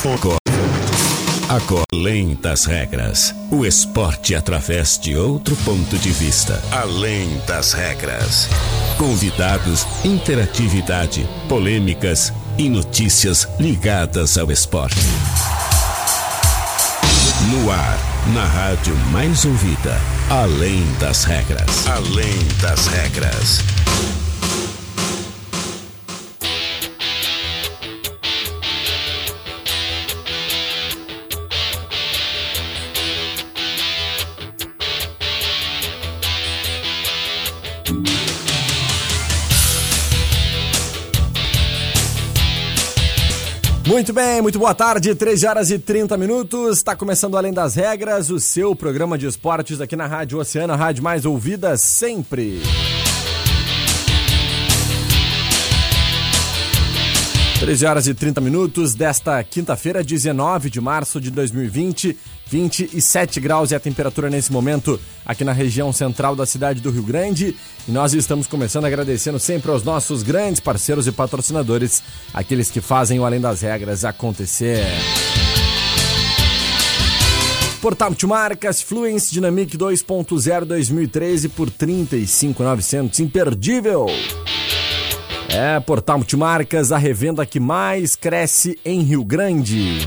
Além das regras, o esporte através de outro ponto de vista. Além das regras. Convidados, interatividade, polêmicas e notícias ligadas ao esporte. No ar, na rádio mais ouvida, Além das regras. Além das regras. Muito bem, muito boa tarde, 13 horas e 30 minutos, está começando Além das Regras, o seu programa de esportes aqui na Rádio Oceano, a rádio mais ouvida sempre. 13 horas e 30 minutos desta quinta-feira, 19 de março de 2020, 27 graus é a temperatura nesse momento aqui na região central da cidade do Rio Grande. E nós estamos começando agradecendo sempre aos nossos grandes parceiros e patrocinadores, aqueles que fazem o Além das Regras acontecer. Portal Multimarcas Fluence Dynamic 2.0 2013 por 35.900, imperdível. É, Portal Multimarcas, a revenda que mais cresce em Rio Grande.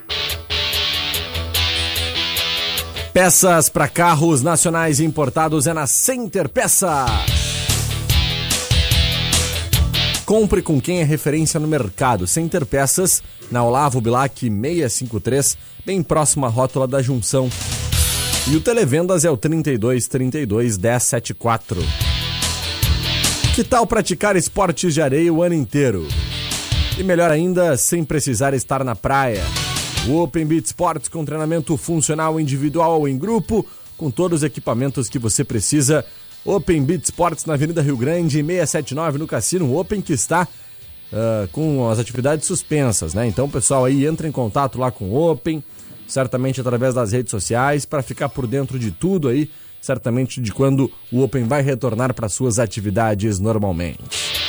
Peças para carros nacionais e importados é na Center Peças. Compre com quem é referência no mercado. Center Peças, na Olavo Bilac 653, bem próxima à rótula da Junção. E o Televendas é o 3232-1074. Que tal praticar esportes de areia o ano inteiro? E melhor ainda, sem precisar estar na praia. O Open Beach Sports com treinamento funcional individual ou em grupo, com todos os equipamentos que você precisa. Open Beach Sports na Avenida Rio Grande, 679 no Cassino Open, que está com as atividades suspensas, né? Então, pessoal, aí entra em contato lá com o Open, certamente através das redes sociais, para ficar por dentro de tudo aí, certamente de quando o Open vai retornar para suas atividades normalmente.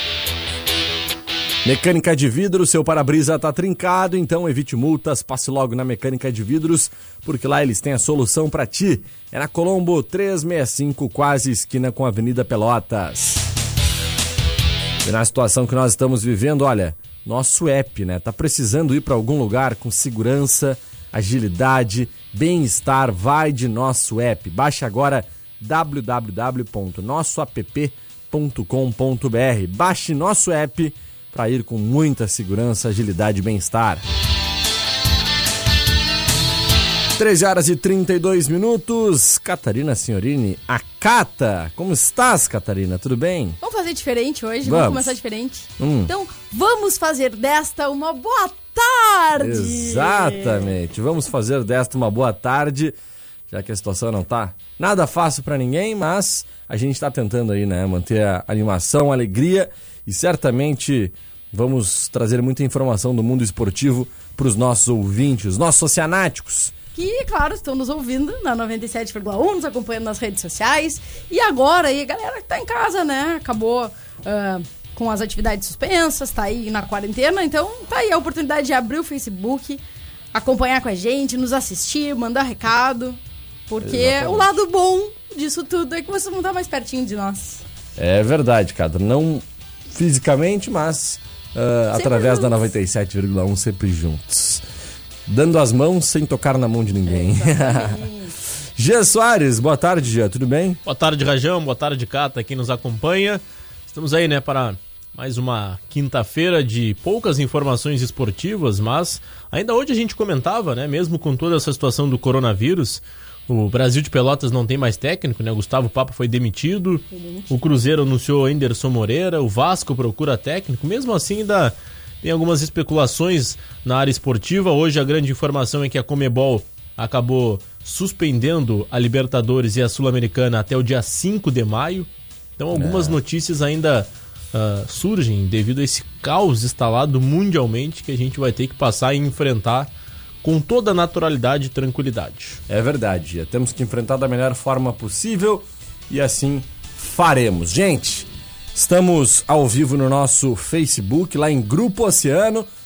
Mecânica de vidro, seu para-brisa está trincado, então evite multas, passe logo na Mecânica de Vidros, porque lá eles têm a solução para ti. É na Colombo 365, quase esquina com a Avenida Pelotas. E na situação que nós estamos vivendo, olha, nosso app, né? Tá precisando ir para algum lugar com segurança, agilidade, bem-estar, vai de nosso app. Baixe agora www.nossoapp.com.br. Baixe nosso app para ir com muita segurança, agilidade e bem-estar. 13 horas e 32 minutos. Catarina Signorini, a Cata. Como estás, Catarina? Tudo bem? Vamos fazer diferente hoje? Vamos começar diferente? Então, vamos fazer desta uma boa tarde. Exatamente. Vamos fazer desta uma boa tarde, já que a situação não tá nada fácil para ninguém, mas a gente está tentando aí, né, manter a animação, a alegria. E certamente vamos trazer muita informação do mundo esportivo para os nossos ouvintes, os nossos oceanáticos. Que, claro, estão nos ouvindo na 97,1, nos acompanhando nas redes sociais. E agora aí, galera que tá em casa, né? Acabou com as atividades suspensas, tá aí na quarentena. Então, tá aí a oportunidade de abrir o Facebook, acompanhar com a gente, nos assistir, mandar recado. Porque exatamente, o lado bom disso tudo é que vocês vão estar mais pertinho de nós. É verdade, cara. Não fisicamente, mas através da 97,1, sempre juntos. Dando as mãos sem tocar na mão de ninguém. Jean Soares, boa tarde, Jean, tudo bem? Boa tarde, Rajão, boa tarde, Cata, quem nos acompanha. Estamos aí, né, para mais uma quinta-feira de poucas informações esportivas, mas ainda hoje a gente comentava, né, mesmo com toda essa situação do coronavírus, o Brasil de Pelotas não tem mais técnico, né? Gustavo Papa foi demitido. O Cruzeiro anunciou Anderson Moreira, o Vasco procura técnico. Mesmo assim, ainda tem algumas especulações na área esportiva. Hoje a grande informação é que a Conmebol acabou suspendendo a Libertadores e a Sul-Americana até o dia 5 de maio. Então algumas notícias ainda surgem devido a esse caos instalado mundialmente que a gente vai ter que passar e enfrentar com toda a naturalidade e tranquilidade. É verdade, temos que enfrentar da melhor forma possível e assim faremos. Gente, estamos ao vivo no nosso Facebook, lá em Grupo Oceano.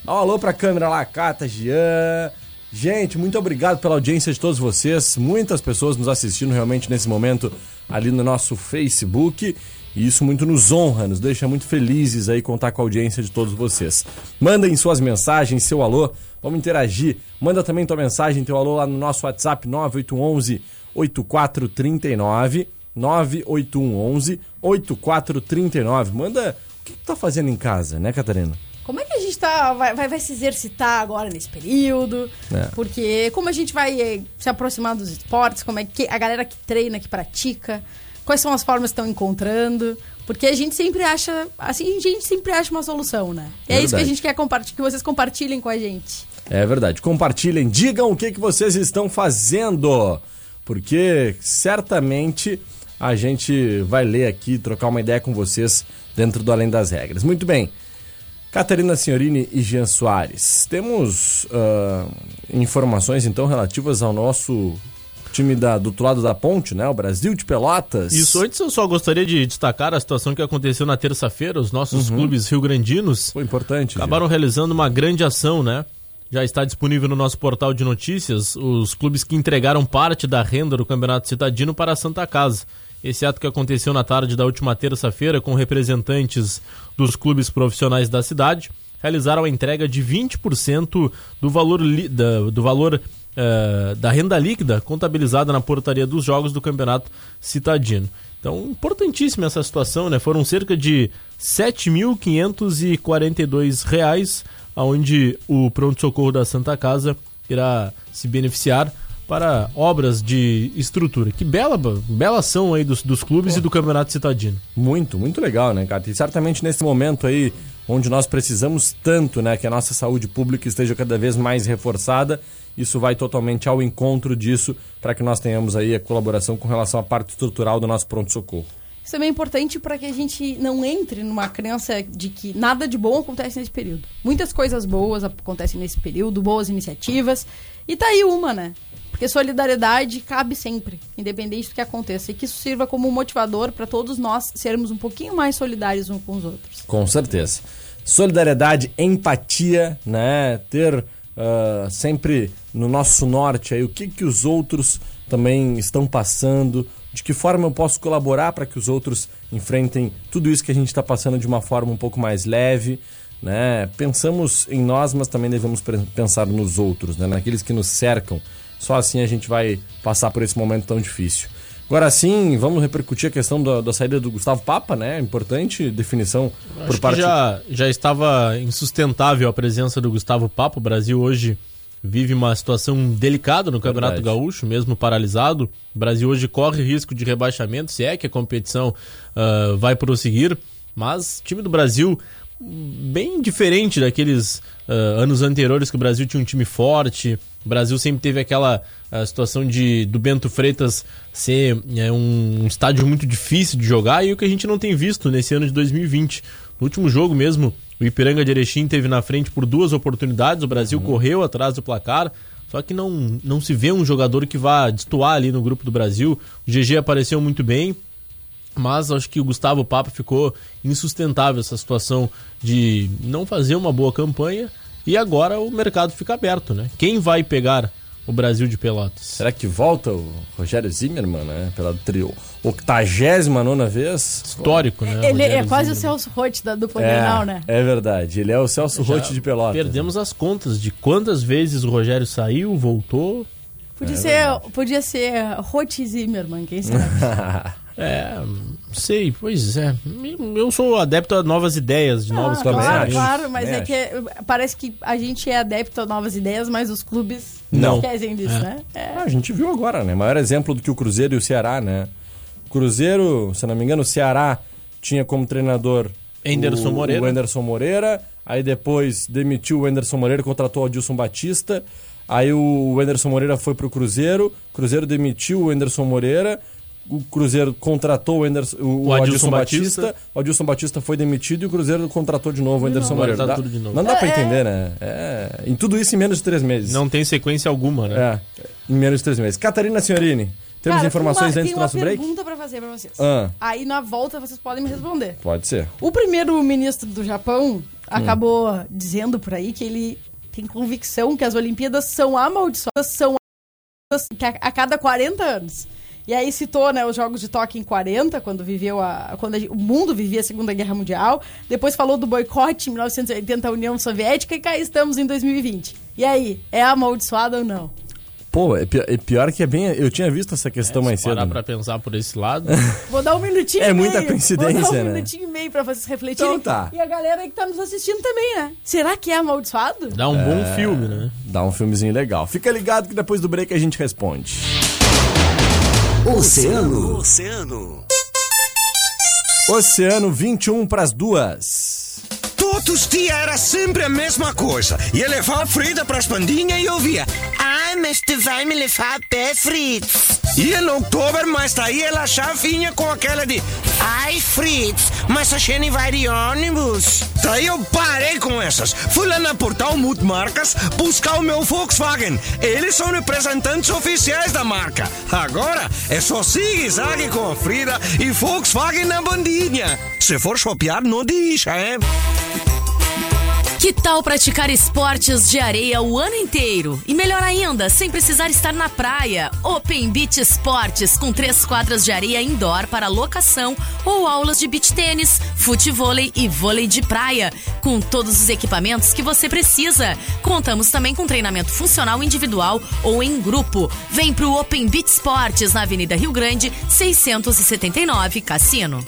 Alô pra câmera lá, Cata, Jean. Gente, muito obrigado pela audiência de todos vocês. Muitas pessoas nos assistindo realmente nesse momento ali no nosso Facebook. E isso muito nos honra, nos deixa muito felizes aí contar com a audiência de todos vocês. Mandem suas mensagens, seu alô, vamos interagir. Manda também tua mensagem, teu alô lá no nosso WhatsApp 9811 8439. 9811 8439. Manda o que tu tá fazendo em casa, né, Catarina? Como é que a gente vai se exercitar agora nesse período? Porque como a gente vai se aproximar dos esportes, como é que a galera que treina, que pratica, quais são as formas que estão encontrando? Porque a gente sempre acha, assim, a gente sempre acha uma solução, né? E é isso que a gente quer que vocês compartilhem com a gente. É verdade, compartilhem, digam o que vocês estão fazendo, porque certamente a gente vai ler aqui, trocar uma ideia com vocês dentro do Além das Regras. Muito bem. Catarina Signorini e Jean Soares, temos informações então relativas ao nosso time do outro lado da ponte, né? O Brasil de Pelotas. Isso, antes eu só gostaria de destacar a situação que aconteceu na terça-feira. Os nossos clubes rio-grandinos foi importante, acabaram realizando uma grande ação, né? Já está disponível no nosso portal de notícias os clubes que entregaram parte da renda do Campeonato Citadino para a Santa Casa. Esse ato que aconteceu na tarde da última terça-feira com representantes dos clubes profissionais da cidade realizaram a entrega de 20% do valor da renda líquida contabilizada na portaria dos jogos do Campeonato Citadino. Então, importantíssima essa situação, né? Foram cerca de R$ 7.542, onde o pronto-socorro da Santa Casa irá se beneficiar para obras de estrutura. Que bela ação aí dos clubes e do Campeonato Citadino. Muito legal, né, cara? E certamente nesse momento aí, onde nós precisamos tanto, né, que a nossa saúde pública esteja cada vez mais reforçada, isso vai totalmente ao encontro disso, para que nós tenhamos aí a colaboração com relação à parte estrutural do nosso pronto-socorro. Isso também é importante para que a gente não entre numa crença de que nada de bom acontece nesse período. Muitas coisas boas acontecem nesse período, boas iniciativas, e tá aí uma, né? Porque solidariedade cabe sempre, independente do que aconteça. E que isso sirva como um motivador para todos nós sermos um pouquinho mais solidários uns com os outros. Com certeza. Solidariedade, empatia, né? Ter sempre no nosso norte aí o que os outros também estão passando, de que forma eu posso colaborar para que os outros enfrentem tudo isso que a gente está passando de uma forma um pouco mais leve, né? Pensamos em nós, mas também devemos pensar nos outros, né? Naqueles que nos cercam. Só assim a gente vai passar por esse momento tão difícil. Agora sim, vamos repercutir a questão da saída do Gustavo Papa, né? Importante definição por parte... Já estava insustentável a presença do Gustavo Papa. O Brasil hoje vive uma situação delicada no Campeonato Gaúcho, mesmo paralisado. O Brasil hoje corre risco de rebaixamento, se é que a competição vai prosseguir. Mas o time do Brasil, bem diferente daqueles anos anteriores que o Brasil tinha um time forte. O Brasil sempre teve aquela situação do Bento Freitas ser um estádio muito difícil de jogar, e o que a gente não tem visto nesse ano de 2020. No último jogo mesmo, o Ipiranga de Erechim teve na frente por 2 oportunidades, o Brasil correu atrás do placar, só que não se vê um jogador que vá destoar ali no grupo do Brasil. O GG apareceu muito bem, mas acho que o Gustavo Papa ficou insustentável essa situação de não fazer uma boa campanha. E agora o mercado fica aberto, né? Quem vai pegar o Brasil de Pelotas? Será que volta o Rogério Zimmermann, né? Pela 89ª vez? Histórico, né? Ele é quase o Celso Roth da dupla Grenal, né? É verdade, ele é o Celso Roth de Pelotas. Perdemos as contas de quantas vezes o Rogério saiu, voltou. Podia ser Roth Zimmermann, quem sabe? Não sei, pois é. Eu sou adepto a novas ideias, de novos caminhos. Claro, mas é que parece que a gente é adepto a novas ideias, mas os clubes não esquecem disso, né? A gente viu agora, né? Maior exemplo do que o Cruzeiro e o Ceará, né? Cruzeiro, se não me engano, o Ceará tinha como treinador o Anderson Moreira, aí depois demitiu o Anderson Moreira, contratou o Adilson Batista, aí o Anderson Moreira foi pro Cruzeiro demitiu o Anderson Moreira, o Cruzeiro contratou o Adilson Batista, o Adilson Batista foi demitido e o Cruzeiro contratou de novo o Anderson Moreira. Não dá pra entender, né? Em tudo isso em menos de 3 meses. Não tem sequência alguma, né? Em menos de 3 meses. Catarina Signorini, temos informações antes do nosso break? Tem uma pergunta pra fazer pra vocês. Aí na volta vocês podem me responder. Pode ser. O primeiro-ministro do Japão acabou dizendo por aí que ele tem convicção que as Olimpíadas são amaldiçoadas, que a cada 40 anos. E aí citou, né, os Jogos de Tóquio em 40, quando o mundo vivia a Segunda Guerra Mundial. Depois falou do boicote em 1980 à União Soviética e cá estamos em 2020. E aí, é amaldiçoado ou não? Pô, é pior que é bem... Eu tinha visto essa questão mais cedo. Parar pra pensar por esse lado. Vou dar um minutinho e meio. É muita coincidência, Vou dar né? um minutinho e meio pra vocês refletirem. Então tá. E a galera aí que tá nos assistindo também, né? Será que é amaldiçoado? Dá um bom filme, né? Dá um filmezinho legal. Fica ligado que depois do break a gente responde. Oceano. Oceano 21 pras 2. Todos os dias era sempre a mesma coisa. Ia levar a Frida pras bandinhas e ouvia: ai, mas tu vai me levar a pé, Fritz. Ia no outubro, mas daí ela já vinha com aquela de: ai, Fritz, mas a gente vai de ônibus. Daí eu parei com essas. Fui lá na Portal Multimarcas buscar o meu Volkswagen. Eles são representantes oficiais da marca. Agora é só zigue-zague com a Frida e Volkswagen na bandinha. Se for shopear, não deixa, hein? Que tal praticar esportes de areia o ano inteiro? E melhor ainda, sem precisar estar na praia. Open Beach Esportes, com 3 quadras de areia indoor para locação ou aulas de beach tênis, futevôlei e vôlei de praia, com todos os equipamentos que você precisa. Contamos também com treinamento funcional individual ou em grupo. Vem pro Open Beach Esportes, na Avenida Rio Grande, 679, Cassino.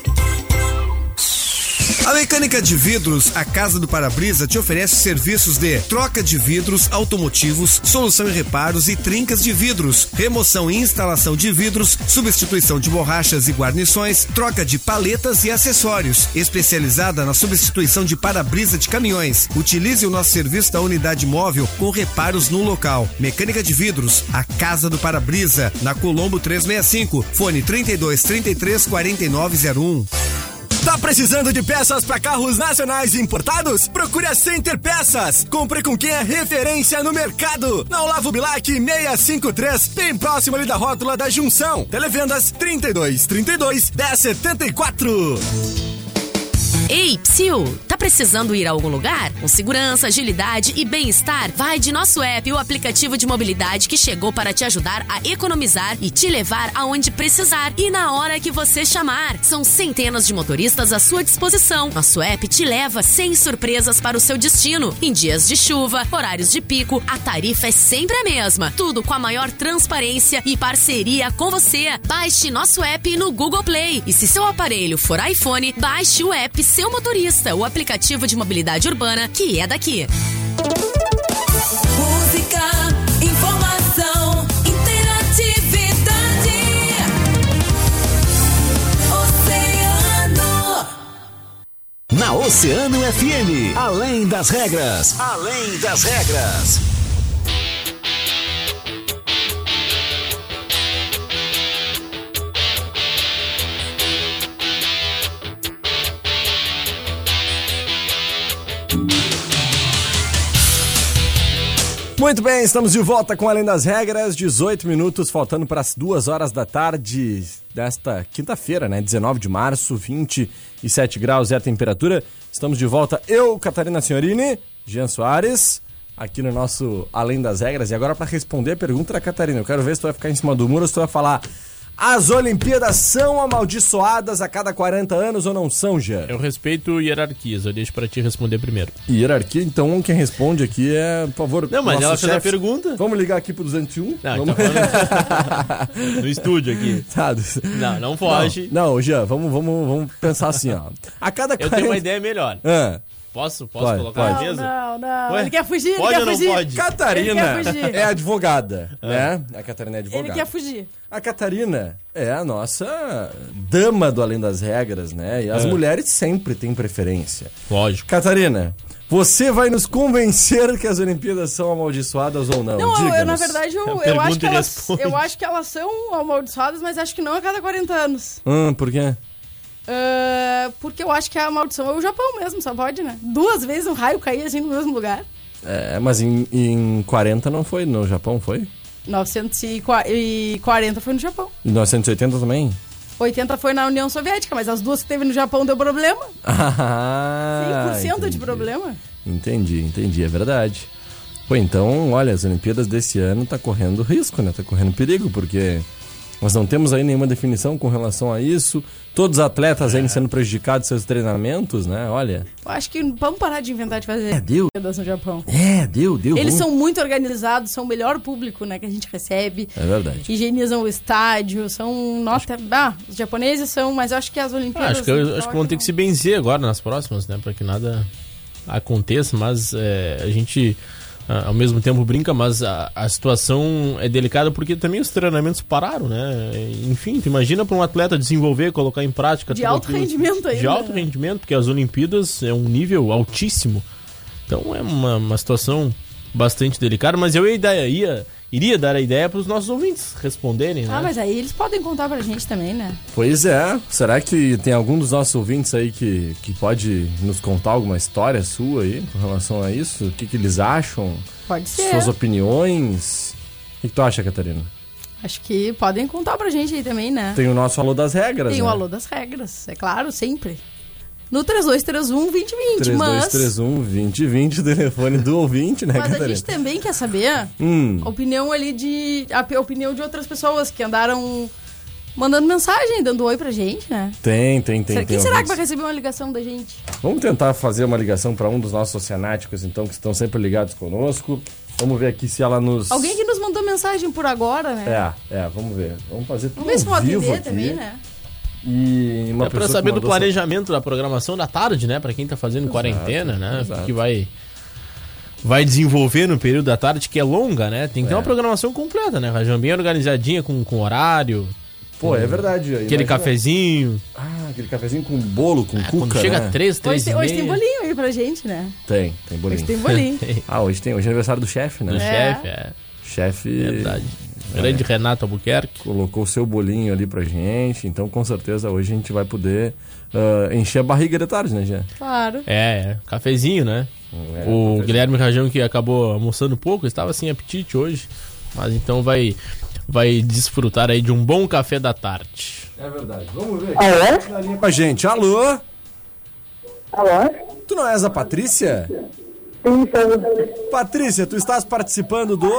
A Mecânica de Vidros, a Casa do Para-Brisa, te oferece serviços de troca de vidros automotivos, solução em reparos e trincas de vidros, remoção e instalação de vidros, substituição de borrachas e guarnições, troca de paletas e acessórios, especializada na substituição de para-brisa de caminhões. Utilize o nosso serviço da unidade móvel com reparos no local. Mecânica de Vidros, a Casa do Para-Brisa, na Colombo 365, fone 3233-4901. Tá precisando de peças para carros nacionais e importados? Procure a Center Peças. Compre com quem é referência no mercado. Na Olavo Bilac 653, bem próximo ali da rótula da Junção. Televendas 3232-1074. Ei, psiu, tá precisando ir a algum lugar? Com segurança, agilidade e bem-estar? Vai de nosso app, o aplicativo de mobilidade que chegou para te ajudar a economizar e te levar aonde precisar e na hora que você chamar. São centenas de motoristas à sua disposição. Nosso app te leva sem surpresas para o seu destino. Em dias de chuva, horários de pico, a tarifa é sempre a mesma. Tudo com a maior transparência e parceria com você. Baixe nosso app no Google Play. E se seu aparelho for iPhone, baixe o app Seu Motorista, o aplicativo de mobilidade urbana que é daqui. Música, informação, interatividade. Oceano. Na Oceano FM, além das regras. Além das regras. Muito bem, estamos de volta com Além das Regras, 18 minutos, faltando para as 2 horas da tarde desta quinta-feira, né? 19 de março, 27 graus é a temperatura. Estamos de volta, eu, Catarina Senhorini, Jean Soares, aqui no nosso Além das Regras. E agora para responder a pergunta da Catarina, eu quero ver se tu vai ficar em cima do muro ou se tu vai falar: as Olimpíadas são amaldiçoadas a cada 40 anos ou não são, Jean? Eu respeito hierarquias, eu deixo pra ti responder primeiro. Hierarquia? Então quem responde aqui é, por favor... Não, mas ela fez a pergunta. Vamos ligar aqui pro 201? Não, vamos... tá no estúdio aqui. Tá. Não foge. Não, Jean, vamos pensar assim, ó. A cada 40... Eu tenho uma ideia melhor. Posso colocar na mesa? Não. Ué? Ele quer fugir, pode ele quer ou fugir. não pode? Catarina Ele quer fugir. é advogada, né? A Catarina é advogada. Ele quer fugir. A Catarina é a nossa dama do Além das Regras, né? E as mulheres sempre têm preferência. Lógico. Catarina, você vai nos convencer que as Olimpíadas são amaldiçoadas ou não? Não, eu, na verdade, eu acho que elas são amaldiçoadas, mas acho que não a cada 40 anos. Por quê? Porque eu acho que a maldição é o Japão mesmo, só pode, né? 2 vezes um raio cair assim no mesmo lugar. Mas em 40 não foi no Japão, foi? 940 foi no Japão. E 1980 também? 80 foi na União Soviética, mas as duas que teve no Japão deu problema. 100% de problema. Entendi, é verdade. Pô, então, olha, as Olimpíadas desse ano tá correndo risco, né? Tá correndo perigo, porque nós não temos aí nenhuma definição com relação a isso. Todos os atletas ainda sendo prejudicados seus treinamentos, né? Olha. Eu acho que vamos parar de inventar de fazer Olimpíadas no Japão. Deu. Eles são muito organizados, são o melhor público, né, que a gente recebe. É verdade. Higienizam o estádio, são... os japoneses são, mas eu acho que as Olimpíadas... Acho que vão ter que se benzer agora nas próximas, né? Pra que nada aconteça, mas a gente... ao mesmo tempo brinca, mas a situação é delicada porque também os treinamentos pararam, né? Enfim, tu imagina para um atleta desenvolver, colocar em prática... De alto rendimento ainda. De alto rendimento, porque as Olimpíadas é um nível altíssimo. Então é uma situação bastante delicada, mas eu iria dar a ideia para os nossos ouvintes responderem, né? Mas aí eles podem contar pra gente também, né? Pois é. Será que tem algum dos nossos ouvintes aí que pode nos contar alguma história sua aí com relação a isso? O que eles acham? Pode ser. Suas opiniões? O que tu acha, Catarina? Acho que podem contar pra gente aí também, né? Tem o nosso Alô das Regras, Tem né? o Alô das Regras, é claro, sempre. No 3231-2020, 3231-2020, o telefone do ouvinte, né, Mas Catarina? a gente também quer saber a opinião ali a opinião de outras pessoas que andaram mandando mensagem, dando oi pra gente, né? Tem. Quem será que vai receber uma ligação da gente? Vamos tentar fazer uma ligação para um dos nossos oceanáticos, então, que estão sempre ligados conosco. Vamos ver aqui se ela nos... Alguém que nos mandou mensagem por agora, né? Vamos ver. Vamos fazer tudo Vamos ver se vão atender aqui. também, né? E uma pra saber do planejamento da programação da tarde, né? Pra quem tá fazendo quarentena, né? Exato. Que vai desenvolver no período da tarde, que é longa, né? Tem que ter uma programação completa, né? Rajão, bem organizadinha, com horário. Pô, é verdade. Aquele cafezinho. Aquele cafezinho com bolo, com cuca, quando chega né? 3 e Hoje meia. tem bolinho aí pra gente, né? Tem bolinho. Hoje tem bolinho. Hoje é aniversário do chefe, né? Do chefe, Chefe... Verdade. Grande Renato Albuquerque. Colocou o seu bolinho ali pra gente, então com certeza hoje a gente vai poder encher a barriga de tarde, né, Gê? Claro. Cafezinho, né? O Guilherme Rajão, que acabou almoçando pouco, estava sem apetite hoje, mas então vai desfrutar aí de um bom café da tarde. É verdade. Vamos ver. Alô? Com a gente. Alô? Alô? Tu não és a Patrícia? Sim, Patrícia, tu estás participando do...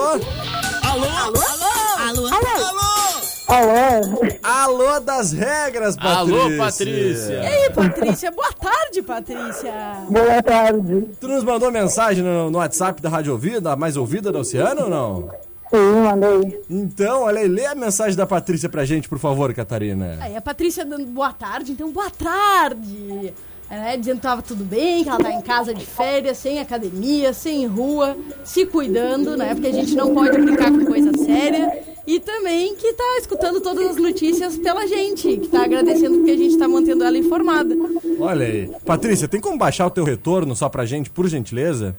Alô das Regras, Patrícia. Alô, Patrícia. E aí, Patrícia? Boa tarde, Patrícia. Boa tarde. Tu nos mandou mensagem no WhatsApp da Rádio Ouvida, a mais ouvida do Oceano ou não? Sim, mandei. Então, olha aí, lê a mensagem da Patrícia pra gente, por favor, Catarina. Aí a Patrícia dando boa tarde, então boa tarde. Dizendo que tava tudo bem, que ela tá em casa de férias, sem academia, sem rua, se cuidando, né? Porque a gente não pode brincar com coisa séria. E também que tá escutando todas as notícias pela gente, que tá agradecendo porque a gente tá mantendo ela informada. Olha aí. Patrícia, tem como baixar o teu retorno só pra gente, por gentileza?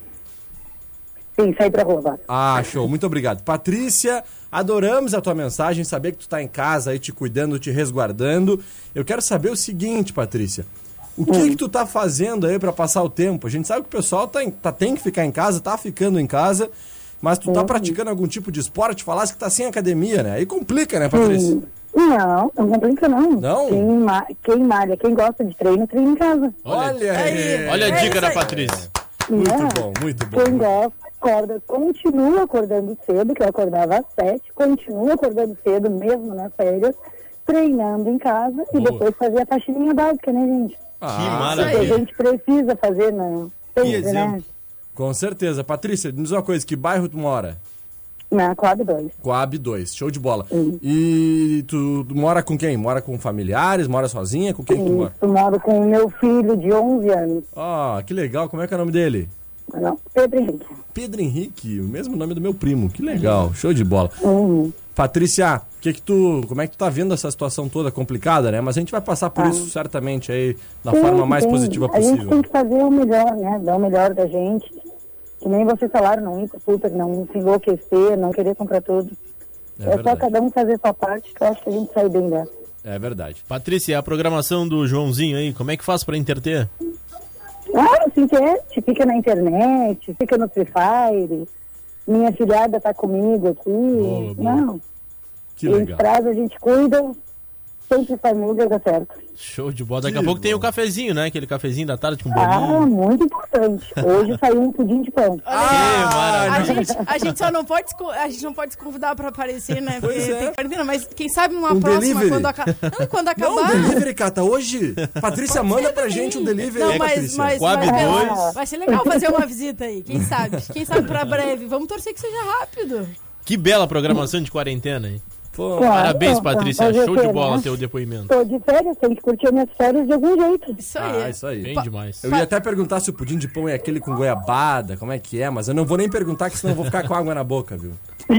Sim, sai pra rua. Show. Muito obrigado. Patrícia, adoramos a tua mensagem, saber que tu tá em casa aí te cuidando, te resguardando. Eu quero saber o seguinte, Patrícia. O que tu tá fazendo aí pra passar o tempo? A gente sabe que o pessoal tem que ficar em casa, tá ficando em casa, mas tu tá praticando algum tipo de esporte? Falasse que tá sem academia, né? Aí complica, né, Patrícia? Não complica não. Não? Quem malha, quem gosta de treino, treina em casa. Olha aí. Olha a dica da Patrícia. Muito bom, muito bom. Quem gosta, continua acordando cedo, que eu acordava às 7, continua acordando cedo, mesmo nas férias, treinando em casa e depois fazer a faxininha básica, né, gente? Que Que maravilha. a gente precisa fazer, né? Sempre, né? Com certeza. Patrícia, me diz uma coisa, que bairro tu mora? Na Coab 2. Coab 2, show de bola. E tu mora com quem? Mora com familiares? Mora sozinha? Com quem tu mora? Eu moro com o meu filho de 11 anos. Que legal. Como é que é o nome dele? Não, Pedro Henrique. Pedro Henrique, o mesmo nome do meu primo. Que legal, show de bola. Patrícia, como é que tu tá vendo essa situação toda complicada, né? Mas a gente vai passar por isso certamente aí da forma mais positiva possível. A gente tem que fazer o melhor, né? Dar o melhor da gente. Que nem vocês falaram, não ir pro super, não se enlouquecer, não querer comprar tudo. É só cada um fazer sua parte, que eu acho que a gente sai bem dessa. É verdade. Patrícia, a programação do Joãozinho aí, como é que faz pra entreter? Se internet, fica na internet, fica no Free Fire. Minha filhada tá comigo aqui. Boa. Que legal. Eles trazem, a gente cuida sempre família, dá certo. Show de bola. Daqui a pouco tem o cafezinho, né? Aquele cafezinho da tarde com bolinho. Ah, muito importante. Hoje saiu um pudim de pão. A gente só não pode se convidar pra aparecer, né? Porque tem quarentena, mas quem sabe uma próxima delivery. quando acabar. Não, delivery, Cata, hoje. Patrícia, manda pra gente um delivery. Não, aí, mas vai ser legal fazer uma visita aí. Quem sabe? Quem sabe pra breve. Vamos torcer que seja rápido. Que bela programação de quarentena, hein? Pô, parabéns, Patrícia. Show de bola, né? teu depoimento. Tô de férias, tem que curtir minhas férias de algum jeito. Isso aí. Isso aí. Bem demais. Eu ia até perguntar se o pudim de pão é aquele com goiabada, como é que é, mas eu não vou nem perguntar, que senão eu vou ficar com água na boca, viu?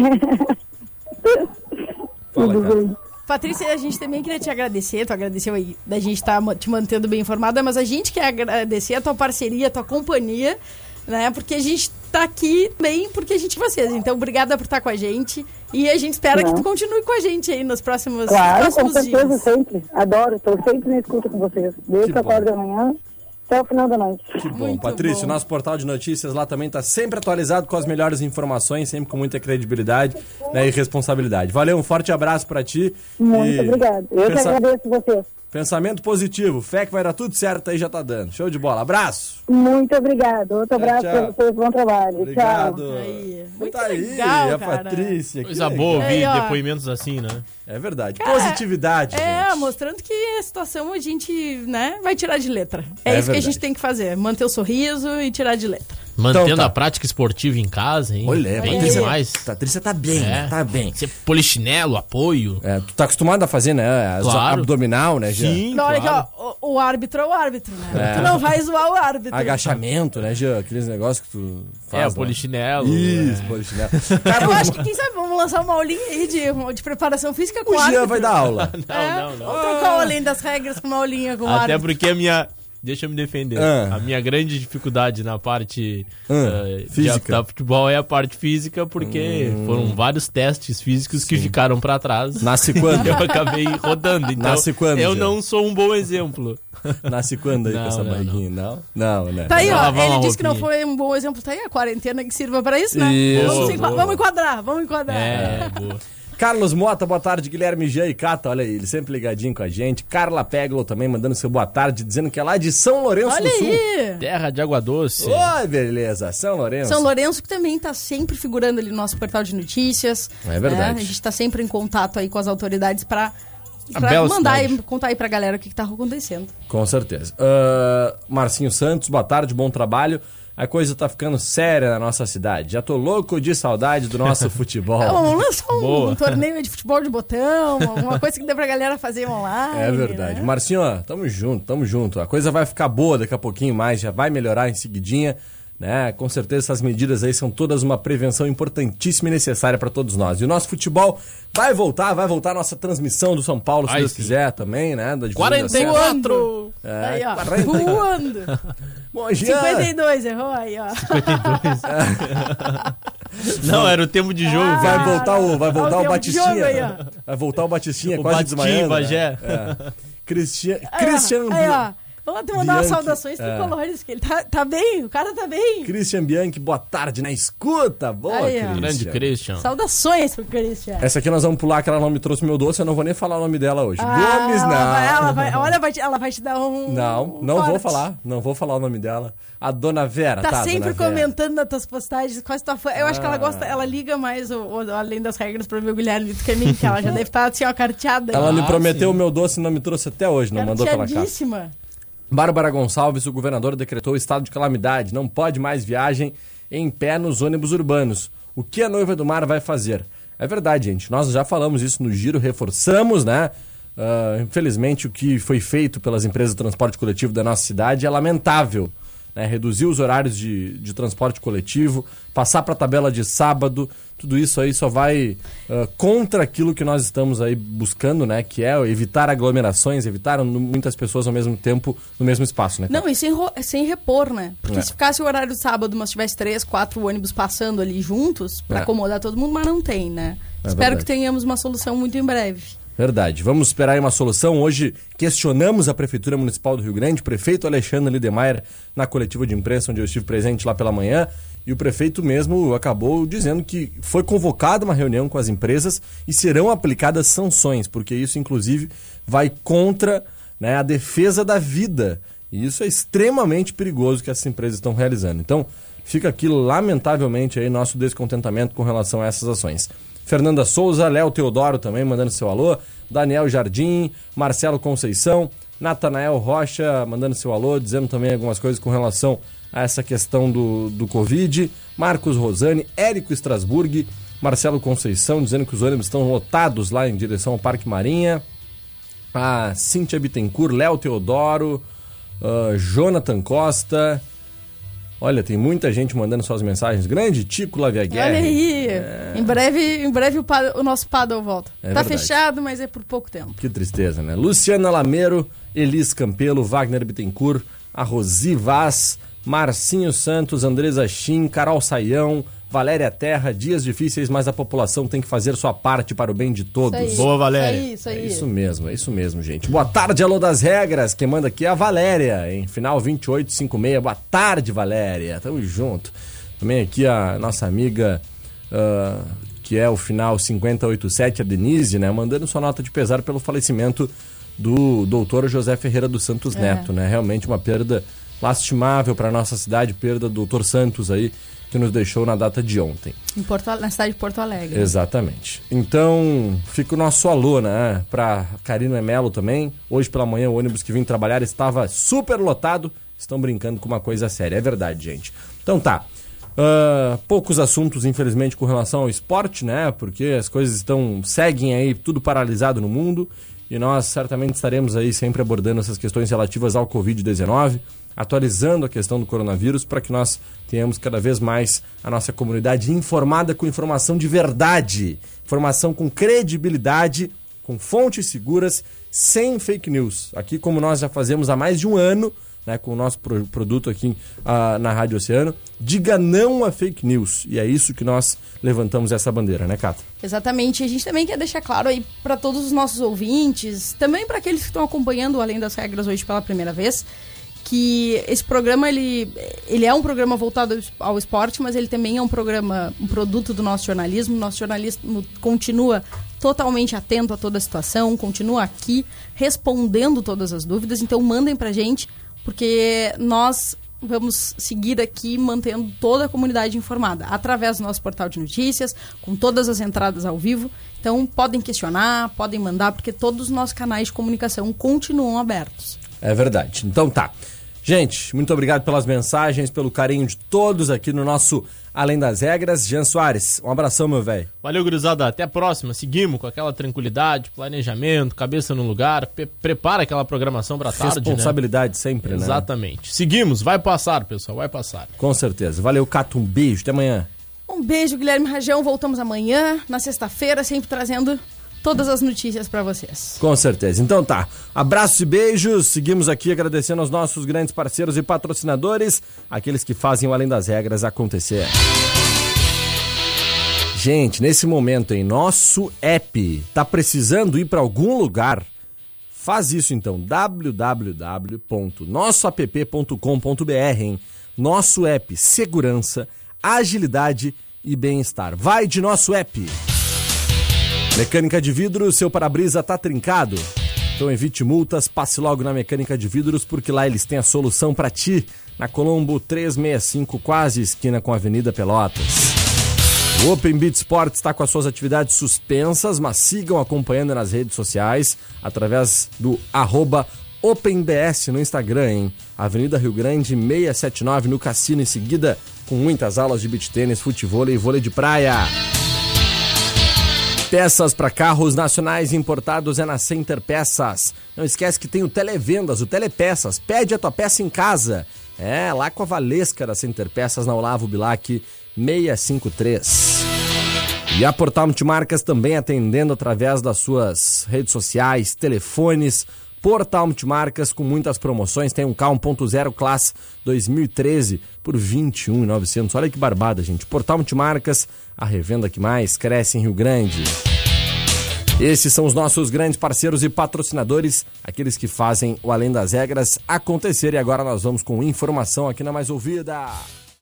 Fala, cara. Patrícia, a gente também queria te agradecer, tu agradeceu aí da gente estar te mantendo bem informada, mas a gente quer agradecer a tua parceria, a tua companhia, né? Porque a gente tá aqui bem porque a gente vocês. Então, obrigada por estar com a gente e a gente espera que tu continue com a gente aí nos próximos com certeza, dias. sempre. Adoro, tô sempre na escuta com vocês. Desde que eu acordo da manhã até o final da noite. Que bom, Muito Patrícia, bom. nosso portal de notícias lá também tá sempre atualizado com as melhores informações, sempre com muita credibilidade, né, e responsabilidade. Valeu, um forte abraço pra ti. Muito obrigado. Eu que agradeço vocês. Pensamento positivo, fé que vai dar tudo certo aí, já tá dando. Show de bola, abraço. Muito obrigado. Outro abraço pra vocês, bom trabalho. Obrigado. Tchau. Aí. Muito Tá aí, legal, a cara. Patrícia. que Coisa legal. boa ouvir Aí, ó. depoimentos assim, né? É verdade, positividade, gente. Mostrando que a situação a gente, né, vai tirar de letra. É isso verdade. que a gente tem que fazer, manter o sorriso e tirar de letra. Mantendo Então tá. a prática esportiva em casa, hein? Olha, bem Patrícia, demais. Patrícia tá bem, tá bem. Você polichinelo, apoio. É, tu tá acostumado a fazer, né? Claro. Abdominal, né, Jean? Sim, Não, olha claro. aqui, ó, o árbitro é o árbitro, né? Tu não vai zoar o árbitro. Agachamento, né, Jean? Aqueles negócios que tu faz. O lá. polichinelo. Isso, polichinelo. Eu acho que, quem sabe, vamos lançar uma aulinha aí de preparação física com o O árbitro. Jean vai dar aula. Não. Vamos trocar o além das regras com uma aulinha com o Até árbitro. porque a minha... Deixa eu me defender. A minha grande dificuldade na parte física. de futebol é a parte física, porque foram vários testes físicos que ficaram pra trás. Nasce quando? Eu acabei rodando. Então, Nasce quando, eu Jean? não sou um bom exemplo. Nasce quando aí Não, com essa não, barriguinha? Não, né? Tá aí, ó, lavar ele uma disse que não roupinha. foi um bom exemplo. Tá aí a quarentena que sirva pra isso, né? Isso. Vamos enquadrar. Boa. Carlos Mota, boa tarde. Guilherme Jean e Cata, olha aí, ele sempre ligadinho com a gente. Carla Peglo também mandando seu boa tarde, dizendo que é lá de São Lourenço Olha do Sul. aí. Terra de água doce. Oi, beleza. São Lourenço. São Lourenço, que também tá sempre figurando ali no nosso portal de notícias. É verdade. Né? A gente tá sempre em contato aí com as autoridades pra bela mandar cidade. e contar aí pra galera o que tá acontecendo. Com certeza. Marcinho Santos, boa tarde, bom trabalho. A coisa tá ficando séria na nossa cidade. Já tô louco de saudade do nosso futebol. Vamos lançar Boa. um torneio de futebol de botão, alguma coisa que dê pra galera fazer online. É verdade. Né? Marcinho, ó, tamo junto. A coisa vai ficar boa daqui a pouquinho mais, já vai melhorar em seguidinha, né? Com certeza essas medidas aí são todas uma prevenção importantíssima e necessária para todos nós. E o nosso futebol vai voltar a nossa transmissão do São Paulo, se Ai, Deus sim. quiser também, né? Da difusão da Serra. 44! Aí, ó, 40. voando. Bom, Jean, 52, errou aí, ó. Não, era o tempo de jogo. vai voltar o Olha o tempo de jogo aí, Batistinha. ó. Vai voltar o Batistinha O quase Batistinha, desmaiando. Bagé. Né? É. Christian Aí, ó. Vamos te mandar umas Bianchi, saudações tricolores, que ele tá bem, o cara tá bem. Christian Bianchi, boa tarde na escuta. Boa, Aí, ó. Grande Christian. Christian. Saudações pro Christian. Essa aqui nós vamos pular, que ela não me trouxe meu doce, eu não vou nem falar o nome dela hoje. Gomes, não. Ela vai te dar um... Não vou falar. Não vou falar o nome dela. A Dona Vera, Tá tá? sempre Dona Vera. comentando nas tuas postagens, quase tua fã. Eu acho que ela gosta, ela liga mais o além das regras pro meu Guilherme do que a mim, que ela já deve estar assim, ó, carteada. Ela me Ah, prometeu o sim. meu doce e não me trouxe até hoje, não mandou pela casa. Carteadíssima. Bárbara Gonçalves, o governador decretou o estado de calamidade. Não pode mais viagem em pé nos ônibus urbanos. O que a Noiva do Mar vai fazer? É verdade, gente. Nós já falamos isso no Giro, reforçamos, né? Infelizmente, o que foi feito pelas empresas de transporte coletivo da nossa cidade é lamentável. Né? Reduzir os horários de transporte coletivo, passar para a tabela de sábado, tudo isso aí só vai contra aquilo que nós estamos aí buscando, né? Que é evitar aglomerações, evitar muitas pessoas ao mesmo tempo no mesmo espaço, né? Não, e sem repor, né? Porque se ficasse o horário de sábado, mas tivesse 3, 4 ônibus passando ali juntos, pra acomodar todo mundo, mas não tem, né? Espero verdade. que tenhamos uma solução muito em breve. Verdade. Vamos esperar aí uma solução. Hoje questionamos a Prefeitura Municipal do Rio Grande, o prefeito Alexandre Lidemeyer, na coletiva de imprensa, onde eu estive presente lá pela manhã, E o prefeito mesmo acabou dizendo que foi convocada uma reunião com as empresas e serão aplicadas sanções, porque isso, inclusive, vai contra, né, a defesa da vida. E isso é extremamente perigoso que essas empresas estão realizando. Então, fica aqui, lamentavelmente, aí, nosso descontentamento com relação a essas ações. Fernanda Souza, Léo Teodoro também mandando seu alô, Daniel Jardim, Marcelo Conceição, Natanael Rocha mandando seu alô, dizendo também algumas coisas com relação a essa questão do Covid, Marcos Rosane, Érico Strasburg, Marcelo Conceição dizendo que os ônibus estão lotados lá em direção ao Parque Marinha, a Cíntia Bittencourt, Léo Teodoro, Jonathan Costa. Olha, tem muita gente mandando suas mensagens. Grande Tico Laviaguerre. Olha aí. Em breve o nosso paddle volta. Tá verdade. fechado, mas é por pouco tempo. Que tristeza, né? Luciana Lameiro, Elis Campelo, Wagner Bittencourt, a Rosi Vaz, Marcinho Santos, Andresa Chin, Carol Saião, Valéria Terra. Dias difíceis, mas a população tem que fazer sua parte para o bem de todos. Isso aí. Boa, Valéria. Isso aí. É isso mesmo, gente. Boa tarde, alô das regras. Quem manda aqui é a Valéria, em final 2856. Boa tarde, Valéria. Tamo junto. Também aqui a nossa amiga, que é o final 5087, a Denise, né? Mandando sua nota de pesar pelo falecimento do doutor José Ferreira dos Santos Neto, né? Realmente uma perda lastimável para nossa cidade, perda do doutor Santos aí, que nos deixou na data de ontem. Na cidade de Porto Alegre. Exatamente. Então, fica o nosso alô, né? Pra Karina Emelo também. Hoje pela manhã o ônibus que vim trabalhar estava super lotado. Estão brincando com uma coisa séria. É verdade, gente. Então tá. Poucos assuntos, infelizmente, com relação ao esporte, né? Porque as coisas seguem aí tudo paralisado no mundo. E nós certamente estaremos aí sempre abordando essas questões relativas ao Covid-19, atualizando a questão do coronavírus para que nós tenhamos cada vez mais a nossa comunidade informada com informação de verdade, informação com credibilidade, com fontes seguras, sem fake news. Aqui, como nós já fazemos há mais de um ano, né, com o nosso produto aqui na Rádio Oceano, diga não a fake news. E é isso que nós levantamos essa bandeira, né, Cata? Exatamente. A gente também quer deixar claro aí para todos os nossos ouvintes, também para aqueles que estão acompanhando Além das Regras hoje pela primeira vez, que esse programa ele é um programa voltado ao esporte, mas ele também é um produto do nosso jornalismo. Nosso jornalismo continua totalmente atento a toda a situação, continua aqui respondendo todas as dúvidas. Então mandem pra gente, porque nós vamos seguir aqui mantendo toda a comunidade informada através do nosso portal de notícias, com todas as entradas ao vivo. Então podem questionar, podem mandar, porque todos os nossos canais de comunicação continuam abertos. É verdade. Então tá. Gente, muito obrigado pelas mensagens, pelo carinho de todos aqui no nosso Além das Regras. Jean Soares, um abração, meu velho. Valeu, gurizada. Até a próxima. Seguimos com aquela tranquilidade, planejamento, cabeça no lugar. Prepara aquela programação pra tarde, responsabilidade, né? Sempre, né? Exatamente. Seguimos. Vai passar, pessoal. Vai passar. Com certeza. Valeu, Cato. Um beijo. Até amanhã. Um beijo, Guilherme Rajão. Voltamos amanhã, na sexta-feira, sempre trazendo todas as notícias para vocês. Com certeza. Então tá. Abraços e beijos. Seguimos aqui agradecendo aos nossos grandes parceiros e patrocinadores, aqueles que fazem o Além das Regras acontecer. Gente, nesse momento em nosso app, tá precisando ir para algum lugar? Faz isso então, www.nossoapp.com.br, hein? Nosso app, segurança, agilidade e bem-estar. Vai de nosso app. Mecânica de vidros, seu para-brisa tá trincado? Então evite multas, passe logo na Mecânica de Vidros, porque lá eles têm a solução para ti. Na Colombo 365, quase esquina com a Avenida Pelotas. O Open Beat Sports está com as suas atividades suspensas, mas sigam acompanhando nas redes sociais, através do @OpenBS no Instagram, hein? Avenida Rio Grande 679 no Cassino, em seguida com muitas aulas de beach tênis, futevôlei e vôlei de praia. Peças para carros nacionais importados é na Center Peças. Não esquece que tem o Televendas, o Telepeças. Pede a tua peça em casa. É, lá com a Valesca da Center Peças, na Olavo Bilac 653. E a Portal Multimarcas também atendendo através das suas redes sociais, telefones. Portal Multimarcas com muitas promoções. Tem um K 1.0 Class 2013 por R$ 21.900. Olha que barbada, gente. Portal Multimarcas, a revenda que mais cresce em Rio Grande. Esses são os nossos grandes parceiros e patrocinadores, aqueles que fazem o Além das Regras acontecer. E agora nós vamos com informação aqui na Mais Ouvida.